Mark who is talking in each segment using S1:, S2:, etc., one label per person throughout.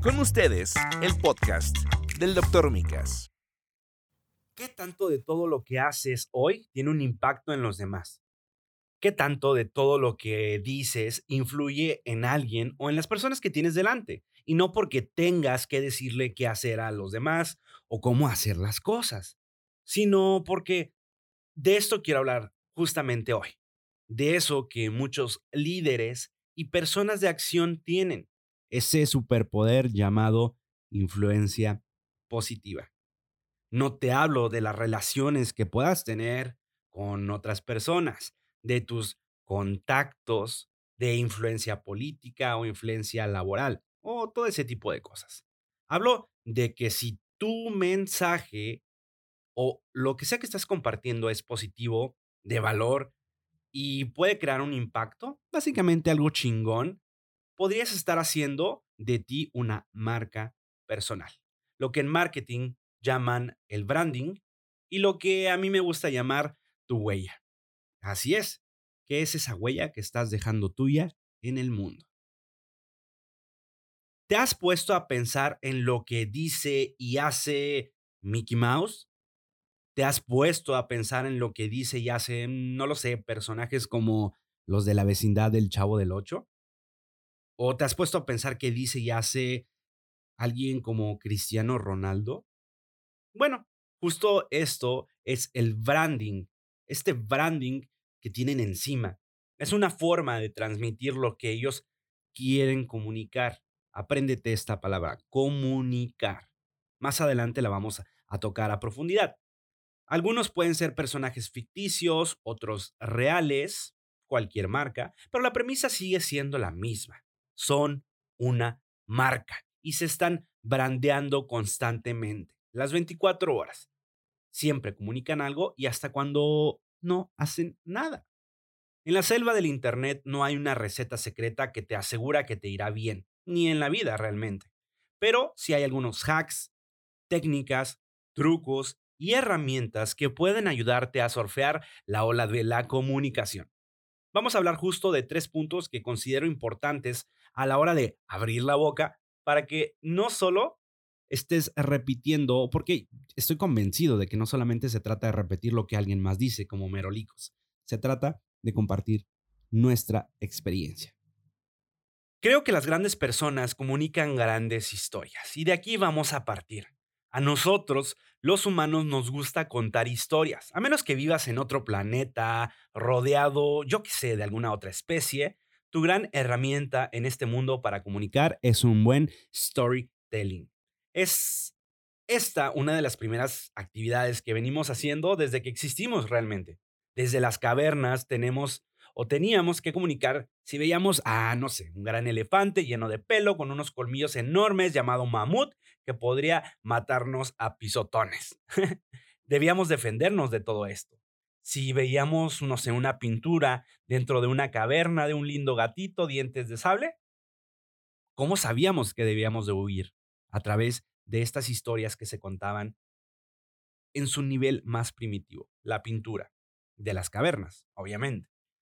S1: Con ustedes, el podcast del Dr. Micas.
S2: ¿Qué tanto de todo lo que haces hoy tiene un impacto en los demás? ¿Qué tanto de todo lo que dices influye en alguien o en las personas que tienes delante? Y no porque tengas que decirle qué hacer a los demás o cómo hacer las cosas, sino porque de esto quiero hablar justamente hoy. De eso que muchos líderes y personas de acción tienen. Ese superpoder llamado influencia positiva. No te hablo de las relaciones que puedas tener con otras personas, de tus contactos, de influencia política o influencia laboral, o todo ese tipo de cosas. Hablo de que si tu mensaje o lo que sea que estás compartiendo es positivo, de valor y puede crear un impacto, básicamente algo chingón, podrías estar haciendo de ti una marca personal. Lo que en marketing llaman el branding y lo que a mí me gusta llamar tu huella. Así es. ¿Qué es esa huella que estás dejando tuya en el mundo? ¿Te has puesto a pensar en lo que dice y hace Mickey Mouse? ¿Te has puesto a pensar en lo que dice y hace, no lo sé, personajes como los de la vecindad del Chavo del Ocho? ¿O te has puesto a pensar qué dice y hace alguien como Cristiano Ronaldo? Bueno, justo esto es el branding, este branding que tienen encima. Es una forma de transmitir lo que ellos quieren comunicar. Apréndete esta palabra, comunicar. Más adelante la vamos a tocar a profundidad. Algunos pueden ser personajes ficticios, otros reales, cualquier marca, pero la premisa sigue siendo la misma. Son una marca y se están brandeando constantemente, las 24 horas. Siempre comunican algo y hasta cuando no hacen nada. En la selva del Internet no hay una receta secreta que te asegura que te irá bien, ni en la vida realmente. Pero sí hay algunos hacks, técnicas, trucos y herramientas que pueden ayudarte a surfear la ola de la comunicación. Vamos a hablar justo de 3 puntos que considero importantes a la hora de abrir la boca para que no solo estés repitiendo, porque estoy convencido de que no solamente se trata de repetir lo que alguien más dice como merolicos, se trata de compartir nuestra experiencia. Creo que las grandes personas comunican grandes historias y de aquí vamos a partir. A nosotros, los humanos, nos gusta contar historias, a menos que vivas en otro planeta, rodeado, yo qué sé, de alguna otra especie. Tu gran herramienta en este mundo para comunicar es un buen storytelling. Es esta una de las primeras actividades que venimos haciendo desde que existimos realmente. Desde las cavernas tenemos o teníamos que comunicar si veíamos a, no sé, un gran elefante lleno de pelo con unos colmillos enormes llamado mamut que podría matarnos a pisotones. Debíamos defendernos de todo esto. Si veíamos, no sé, una pintura dentro de una caverna de un lindo gatito, dientes de sable, ¿cómo sabíamos que debíamos de huir? A través de estas historias que se contaban en su nivel más primitivo, la pintura de las cavernas, obviamente.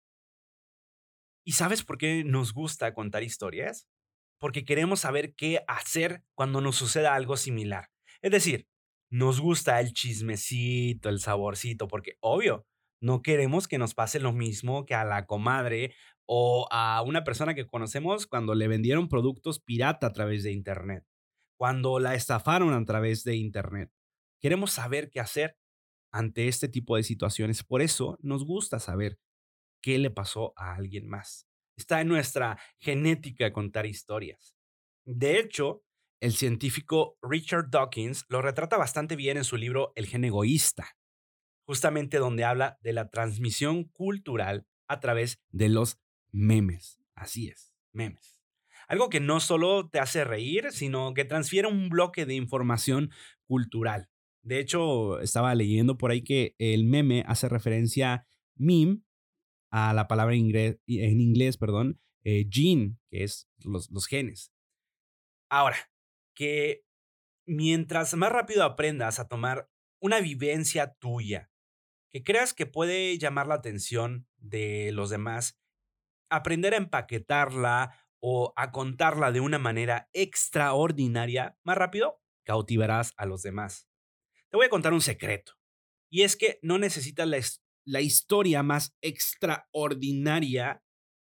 S2: ¿Y sabes por qué nos gusta contar historias? Porque queremos saber qué hacer cuando nos suceda algo similar. Es decir, nos gusta el chismecito, el saborcito, porque obvio, no queremos que nos pase lo mismo que a la comadre o a una persona que conocemos cuando le vendieron productos pirata a través de Internet, cuando la estafaron a través de Internet. Queremos saber qué hacer ante este tipo de situaciones. Por eso nos gusta saber qué le pasó a alguien más. Está en nuestra genética contar historias. De hecho, el científico Richard Dawkins lo retrata bastante bien en su libro El gen egoísta, justamente donde habla de la transmisión cultural a través de los memes. Así es, memes. Algo que no solo te hace reír, sino que transfiere un bloque de información cultural. De hecho, estaba leyendo por ahí que el meme hace referencia meme a la palabra en inglés, perdón, gene, que es los genes. Ahora, que mientras más rápido aprendas a tomar una vivencia tuya, que creas que puede llamar la atención de los demás, aprender a empaquetarla o a contarla de una manera extraordinaria, más rápido cautivarás a los demás. Te voy a contar un secreto. Y es que no necesitas la historia más extraordinaria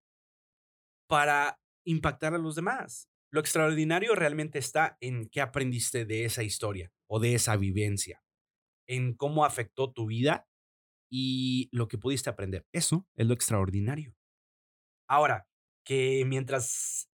S2: para impactar a los demás. Lo extraordinario realmente está en qué aprendiste de esa historia o de esa vivencia, en cómo afectó tu vida y lo que pudiste aprender. Eso es lo extraordinario. Ahora, que mientras,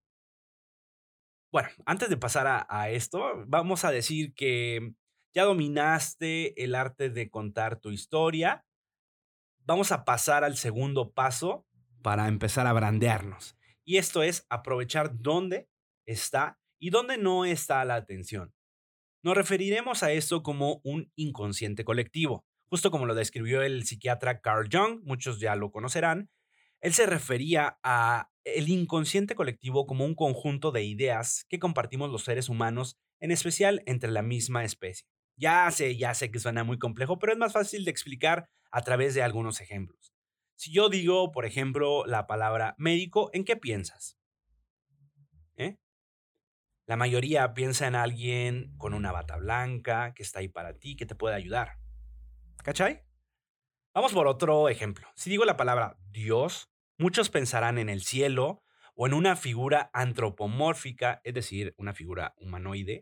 S2: bueno, antes de pasar a esto, vamos a decir que ya dominaste el arte de contar tu historia. Vamos a pasar al segundo paso para empezar a brandearnos. Y esto es aprovechar dónde está y dónde no está la atención. Nos referiremos a esto como un inconsciente colectivo, justo como lo describió el psiquiatra Carl Jung, muchos ya lo conocerán. Él se refería a el inconsciente colectivo como un conjunto de ideas que compartimos los seres humanos, en especial entre la misma especie. Ya sé que suena muy complejo, pero es más fácil de explicar a través de algunos ejemplos. Si yo digo, por ejemplo, la palabra médico, ¿en qué piensas? ¿Eh? La mayoría piensa en alguien con una bata blanca, que está ahí para ti, que te puede ayudar. ¿Cachai? Vamos por otro ejemplo. Si digo la palabra Dios, muchos pensarán en el cielo o en una figura antropomórfica, es decir, una figura humanoide.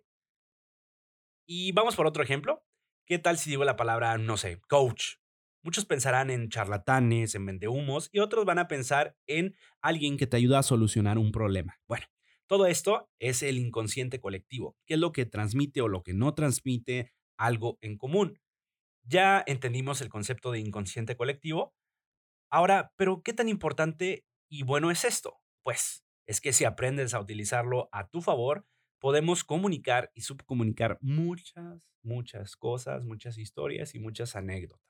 S2: Y vamos por otro ejemplo. ¿Qué tal si digo la palabra, no sé, coach? Muchos pensarán en charlatanes, en vendehumos, y otros van a pensar en alguien que te ayuda a solucionar un problema. Bueno, todo esto es el inconsciente colectivo, que es lo que transmite o lo que no transmite algo en común. Ya entendimos el concepto de inconsciente colectivo. Ahora, pero ¿qué tan importante y bueno es esto? Pues es que si aprendes a utilizarlo a tu favor, podemos comunicar y subcomunicar muchas cosas, muchas historias y muchas anécdotas.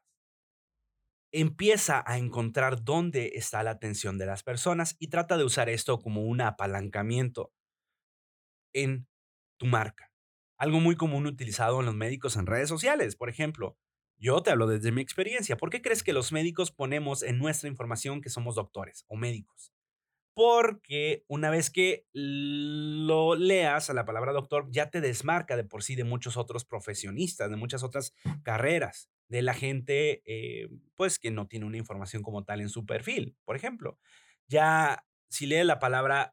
S2: Empieza a encontrar dónde está la atención de las personas y trata de usar esto como un apalancamiento en tu marca. Algo muy común utilizado en los médicos en redes sociales, por ejemplo. Yo te hablo desde mi experiencia. ¿Por qué crees que los médicos ponemos en nuestra información que somos doctores o médicos? Porque una vez que lo leas a la palabra doctor, ya te desmarca de por sí de muchos otros profesionistas, de muchas otras carreras, de la gente, pues, que no tiene una información como tal en su perfil, por ejemplo. Ya, si lees la palabra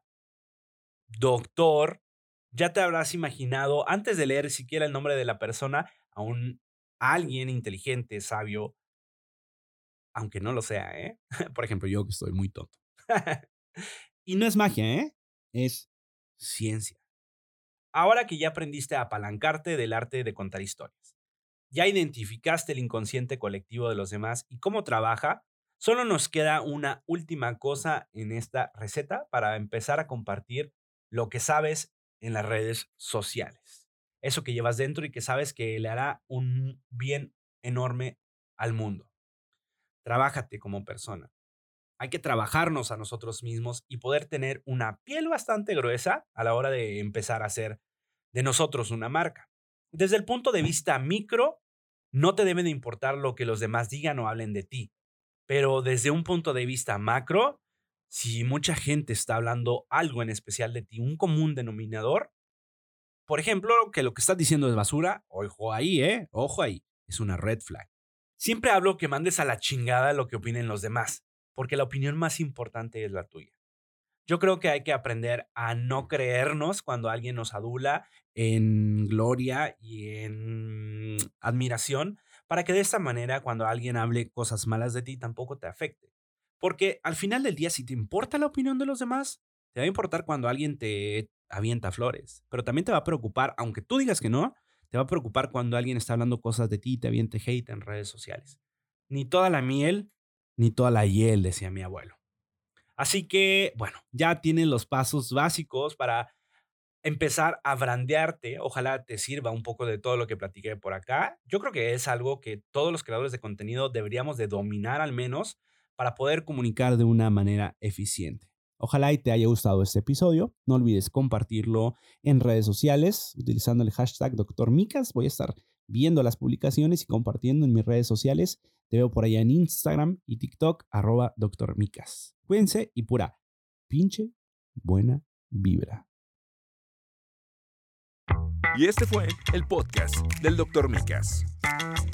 S2: doctor, ya te habrás imaginado, antes de leer siquiera el nombre de la persona, a alguien inteligente, sabio, aunque no lo sea, ¿eh? Por ejemplo, yo que estoy muy tonto. Y no es magia, ¿eh? Es ciencia. Ahora que ya aprendiste a apalancarte del arte de contar historias, ya identificaste el inconsciente colectivo de los demás y cómo trabaja, solo nos queda una última cosa en esta receta para empezar a compartir lo que sabes en las redes sociales. Eso que llevas dentro y que sabes que le hará un bien enorme al mundo. Trabájate como persona. Hay que trabajarnos a nosotros mismos y poder tener una piel bastante gruesa a la hora de empezar a hacer de nosotros una marca. Desde el punto de vista micro, no te debe de importar lo que los demás digan o hablen de ti, pero desde un punto de vista macro, si mucha gente está hablando algo en especial de ti, un común denominador, por ejemplo, que lo que estás diciendo es basura, ojo ahí, ojo ahí, es una red flag. Siempre hablo que mandes a la chingada lo que opinen los demás, porque la opinión más importante es la tuya. Yo creo que hay que aprender a no creernos cuando alguien nos adula en gloria y en admiración, para que de esta manera, cuando alguien hable cosas malas de ti, tampoco te afecte. Porque al final del día, si te importa la opinión de los demás, te va a importar cuando alguien te avienta flores, pero también te va a preocupar, aunque tú digas que no, te va a preocupar cuando alguien está hablando cosas de ti y te aviente hate en redes sociales. Ni toda la miel, ni toda la hiel, decía mi abuelo. Así que, bueno, ya tienes los pasos básicos para empezar a brandearte. Ojalá te sirva un poco de todo lo que platiqué por acá. Yo creo que es algo que todos los creadores de contenido deberíamos de dominar al menos para poder comunicar de una manera eficiente. Ojalá y te haya gustado este episodio. No olvides compartirlo en redes sociales utilizando el hashtag Dr. Micas. Voy a estar viendo las publicaciones y compartiendo en mis redes sociales. Te veo por allá en Instagram y TikTok, @Dr. Micas. Cuídense y pura pinche buena vibra.
S1: Y este fue el podcast del Dr. Micas.